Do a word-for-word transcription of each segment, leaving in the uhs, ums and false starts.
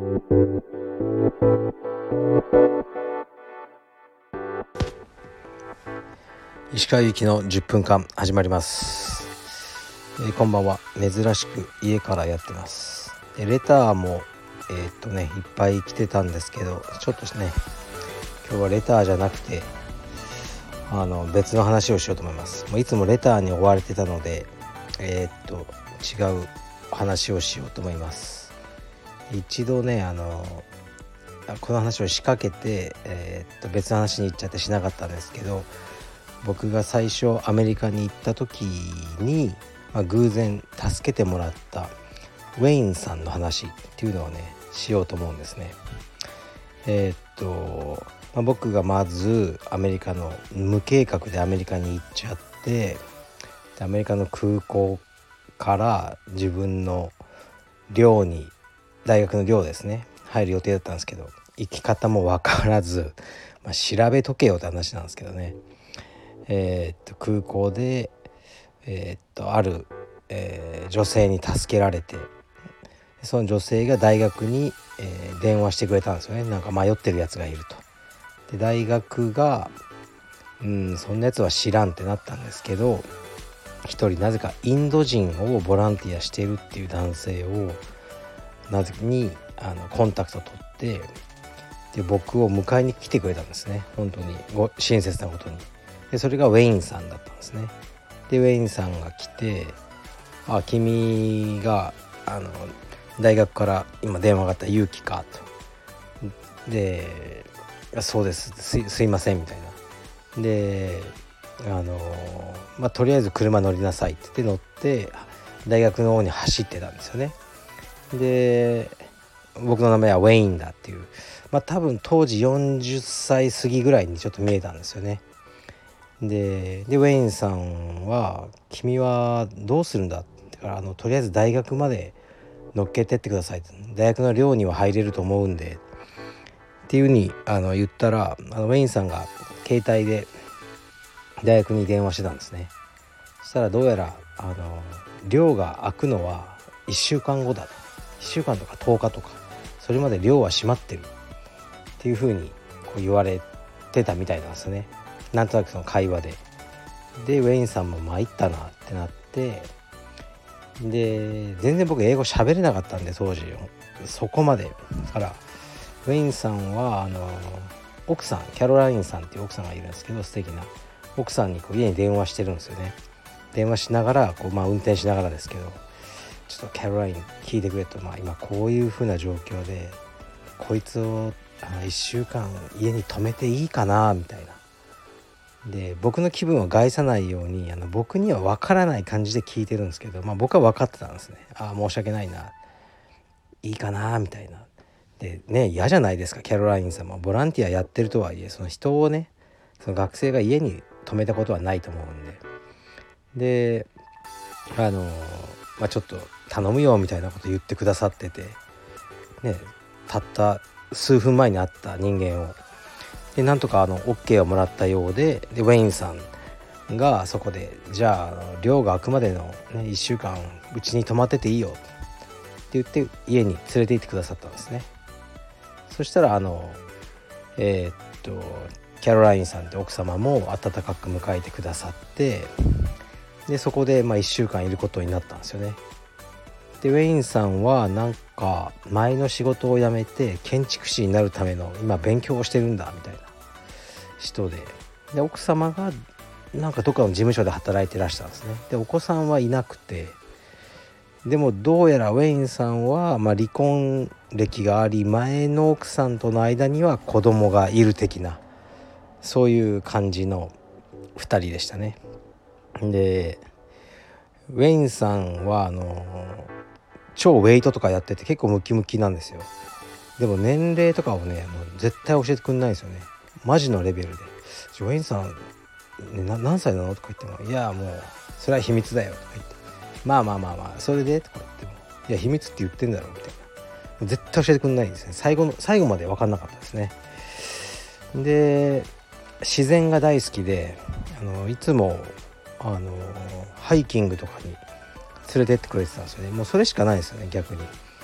石川由紀のじゅっぷんかん始まります、えー、こんばんは。珍しく家からやってます。でレターもえー、っとねいっぱい来てたんですけど、ちょっとね今日はレターじゃなくてあの別の話をしようと思います。もういつもレターに追われてたのでえー、っと違う話をしようと思います。一度ねあのこの話を仕掛けて、えー、っと別の話に行っちゃってしなかったんですけど、僕が最初アメリカに行った時に、まあ、偶然助けてもらったウェインさんの話っていうのをねしようと思うんですね。えー、っと、まあ、僕がまずアメリカの無計画でアメリカに行っちゃって、でアメリカの空港から自分の寮に大学の寮ですね入る予定だったんですけど、行き方も分からず、まあ、調べとけよって話なんですけどね。えー、っと空港で、えー、っとある、えー、女性に助けられて、その女性が大学に、えー、電話してくれたんですよね。なんか迷ってるやつがいると。で大学がうんそんなやつは知らんってなったんですけど、一人なぜかインド人をボランティアしてるっていう男性をなぜにあのコンタクト取って、で僕を迎えに来てくれたんですね。本当にご親切なことに。でそれがウェインさんだったんですね。でウェインさんが来て、あ君があの大学から今電話があった勇気かと。でそうです す, すいませんみたいな。であのまあとりあえず車乗りなさいって言って乗って大学の方に走ってたんですよね。で僕の名前はウェインだっていう、まあ多分当時よんじゅっさい過ぎぐらいにちょっと見えたんですよね。で, でウェインさんは君はどうするんだってから、あのとりあえず大学まで乗っけてってくださいって、大学の寮には入れると思うんでっていう風にあの言ったら、あのウェインさんが携帯で大学に電話してたんですね。そしたらどうやらあの寮が開くのはいっしゅうかんごだと、いっしゅうかんとかとおかとかそれまで寮は閉まってるっていう風にこう言われてたみたいなんですよね。なんとなくその会話で。でウェインさんも参ったなってなって、で全然僕英語喋れなかったんで当時そこまでからウェインさんはあの奥さんキャロラインさんっていう奥さんがいるんですけど、素敵な奥さんにこう家に電話してるんですよね。電話しながらこう、まあ、運転しながらですけど、ちょっとキャロライン聞いてくれと、まあ、今こういう風な状況でこいつをあのいっしゅうかん家に泊めていいかなみたいな。で僕の気分を害さないようにあの僕には分からない感じで聞いてるんですけど、まあ、僕は分かってたんですね。ああ申し訳ないな、いいかなみたいな。でね嫌じゃないですか、キャロラインさんもボランティアやってるとはいえ、その人をねその学生が家に泊めたことはないと思うんで、であの、まあ、ちょっと頼むよみたいなこと言ってくださっててね、たった数分前に会った人間をでなんとかあの OK をもらったようで、でウェインさんがそこでじゃあ寮が開くまでの、ね、いっしゅうかんうちに泊まってていいよって言って家に連れて行ってくださったんですね。そしたらあのえー、っとキャロラインさんって奥様も温かく迎えてくださって、でそこでまあいっしゅうかんいることになったんですよね。でウェインさんはなんか前の仕事を辞めて建築士になるための今勉強をしてるんだみたいな人で、で奥様がなんかどっかの事務所で働いてらしたんですね。でお子さんはいなくて、でもどうやらウェインさんはまあ離婚歴があり、前の奥さんとの間には子供がいる的な、そういう感じのふたりでしたね。でウェインさんはあの超ウェイトとかやってて結構ムキムキなんですよ。でも年齢とかをねもう絶対教えてくんないんですよね。マジのレベルでウェインさん、ね、な何歳なのとか言っても、いやもうそれは秘密だよとか言って、まあまあまあまあそれでとか言っても、いや秘密って言ってんだろうみたいな、絶対教えてくんないんですね。最後の最後まで分かんなかったですね。で自然が大好きで、あのいつもあのハイキングとかに連れてってくれてたんですよね。もうそれしかないですよね逆に。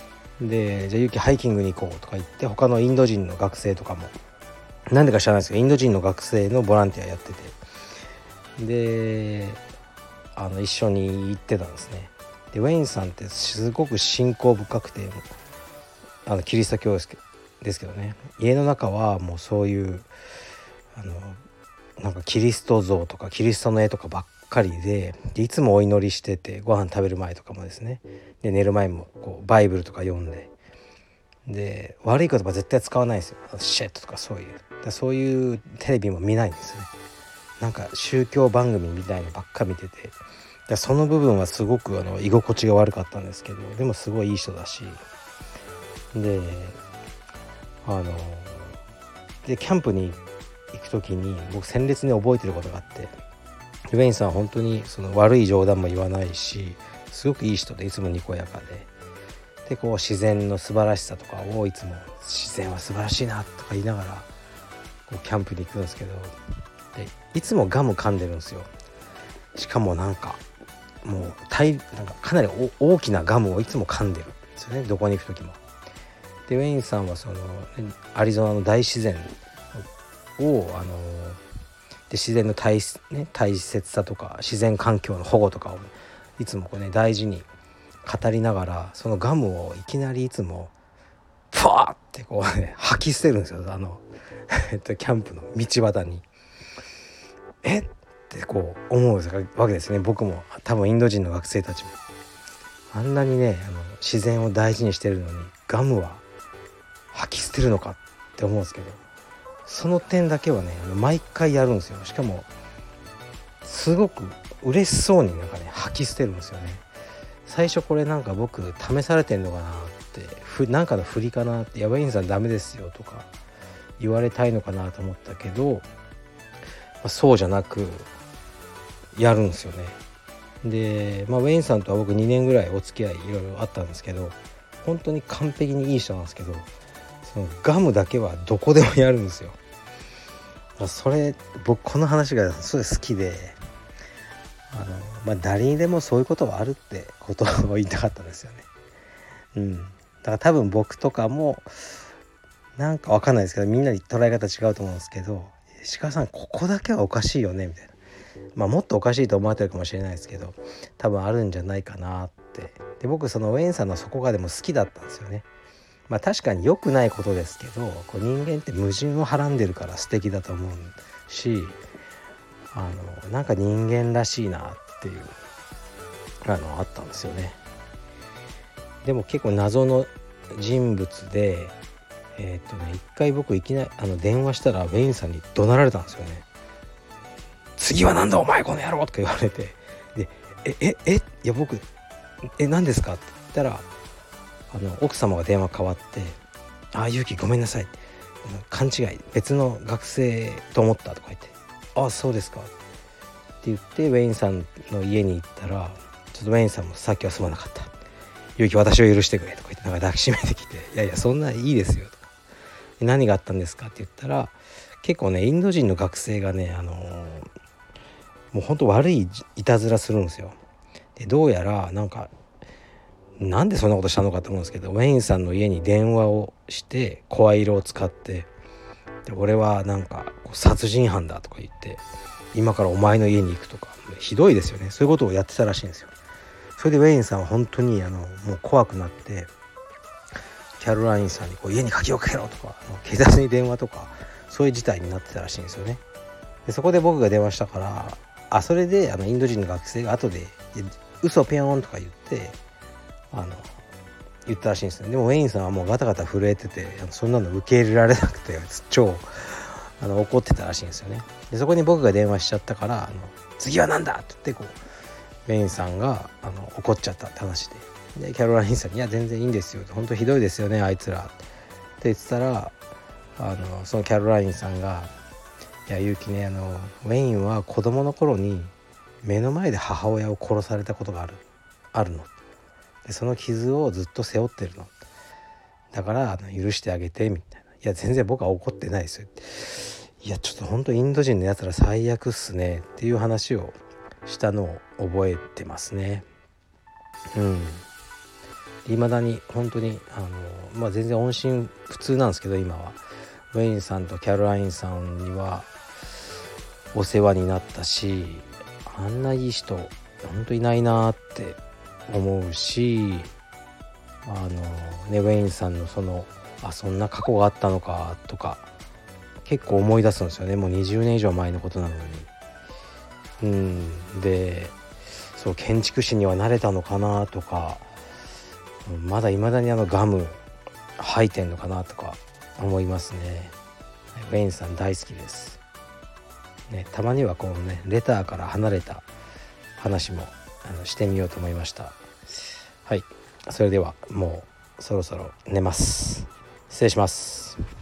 でじゃあゆきハイキングに行こうとか言って、他のインド人の学生とかもなんでか知らないですけどインド人の学生のボランティアやってて、であの一緒に行ってたんですね。でウェインさんってすごく信仰深くて、あのキリスト教ですけどですけどね、家の中はもうそういうあのなんかキリスト像とかキリストの絵とかばっかり で, でいつもお祈りしてて、ご飯食べる前とかもですね、で寝る前もこうバイブルとか読んで、で悪い言葉絶対使わないんですよ。シェットとかそういうだそういうテレビも見ないんですよね。なんか宗教番組みたいのばっか見てて、だその部分はすごくあの居心地が悪かったんですけど、でもすごいいい人だし、であのでキャンプに行く時に僕鮮烈に覚えてることがあって、ウェインさんは本当にその悪い冗談も言わないし、すごくいい人でいつもにこやかで、でこう自然の素晴らしさとかをいつも自然は素晴らしいなとか言いながらこうキャンプに行くんですけど、でいつもガム噛んでるんですよ。しかもなんかもう大なんかかなり大きなガムをいつも噛んでるんですよね、どこに行く時も。でウェインさんはそのアリゾナの大自然をあので自然の 大,、ね、大切さとか自然環境の保護とかをいつもこう、ね、大事に語りながら、そのガムをいきなりいつもフワーってこう、ね、吐き捨てるんですよ、あのキャンプの道端に。えってこう思うわけですね。僕も多分インド人の学生たちもあんなにねあの自然を大事にしてるのにガムは吐き捨てるのかって思うんですけど、その点だけはね毎回やるんですよ。しかもすごく嬉しそうになんかね吐き捨てるんですよね。最初これなんか僕試されてんのかなってふなんかの振りかなって、ヤバインさんダメですよとか言われたいのかなと思ったけど、まあ、そうじゃなくやるんですよね。で、まあ、ウェインさんとは僕にねんぐらいお付き合いいろいろあったんですけど、本当に完璧にいい人なんですけど、そのガムだけはどこでもやるんですよ。それ僕この話がすごい好きで、あの、まあ、誰にでもそういうことはあるってことを言いたかったんですよね。うん、だから多分僕とかもなんか分かんないですけど、みんなに捉え方違うと思うんですけど、石川さんここだけはおかしいよねみたいな、まあもっとおかしいと思われてるかもしれないですけど、多分あるんじゃないかなって。で僕そのウェインさんのそこがでも好きだったんですよね。まあ確かに良くないことですけど、こう人間って矛盾をはらんでるから素敵だと思うし、あのなんか人間らしいなっていうあのあったんですよね。でも結構謎の人物で、えー、っとね一回僕いきなりあの電話したらウェインさんに怒鳴られたんですよね。次はなんだお前この野郎とか言われて、でえええいや僕え何ですかって言ったら、あの奥様が電話変わって、あゆうきごめんなさい、勘違い別の学生と思ったとか言って、あそうですかって言ってウェインさんの家に行ったら、ちょっとウェインさんもさっきはすまなかった、ゆうき私を許してくれとか言ってなんか抱きしめてきて、いやいやそんないいですよとか、何があったんですかって言ったら、結構ねインド人の学生がねあのー、もうほんと悪いいたずらするんですよ。でどうやらなんかなんでそんなことしたのかと思うんですけど、ウェインさんの家に電話をして声色を使って、で俺はなんか殺人犯だとか言って今からお前の家に行くとか、ひどいですよね。そういうことをやってたらしいんですよ。それでウェインさんは本当にあのもう怖くなって、キャロラインさんにこう家に鍵をかけろとか警察に電話とかそういう事態になってたらしいんですよね。でそこで僕が電話したから、あそれであのインド人の学生が後で嘘ピョーンとか言ってあの言ったらしいんですね。でもウェインさんはもうガタガタ震えてて、そんなの受け入れられなくて超あの怒ってたらしいんですよね。でそこに僕が電話しちゃったから、あの次はなんだって言ってこうウェインさんがあの怒っちゃったって話で、でキャロラインさんにいや全然いいんですよ、本当ひどいですよねあいつらって言ってたら、あのそのキャロラインさんが、いやゆうきね、あのウェインは子供の頃に目の前で母親を殺されたことがあるあるので、その傷をずっと背負ってるのだからあの許してあげてみたいな。いや全然僕は怒ってないですよって、いやちょっと本当インド人のやつら最悪っすねっていう話をしたのを覚えてますね。うんいまだに本当にあの、まあ、全然音信不通なんですけど、今はウェインさんとキャロラインさんにはお世話になったし、あんないい人本当いないなって思うし、あのねウェインさんのそのあそんな過去があったのかとか結構思い出すんですよね。もうにじゅうねん以上前のことなのに。うんでそう建築士にはなれたのかなとか、まだ未だにあのガム吐いてんのかなとか思いますね。ウェインさん大好きです、ね、たまにはこのねレターから離れた話もあのしてみようと思いました。はい、それではもうそろそろ寝ます。失礼します。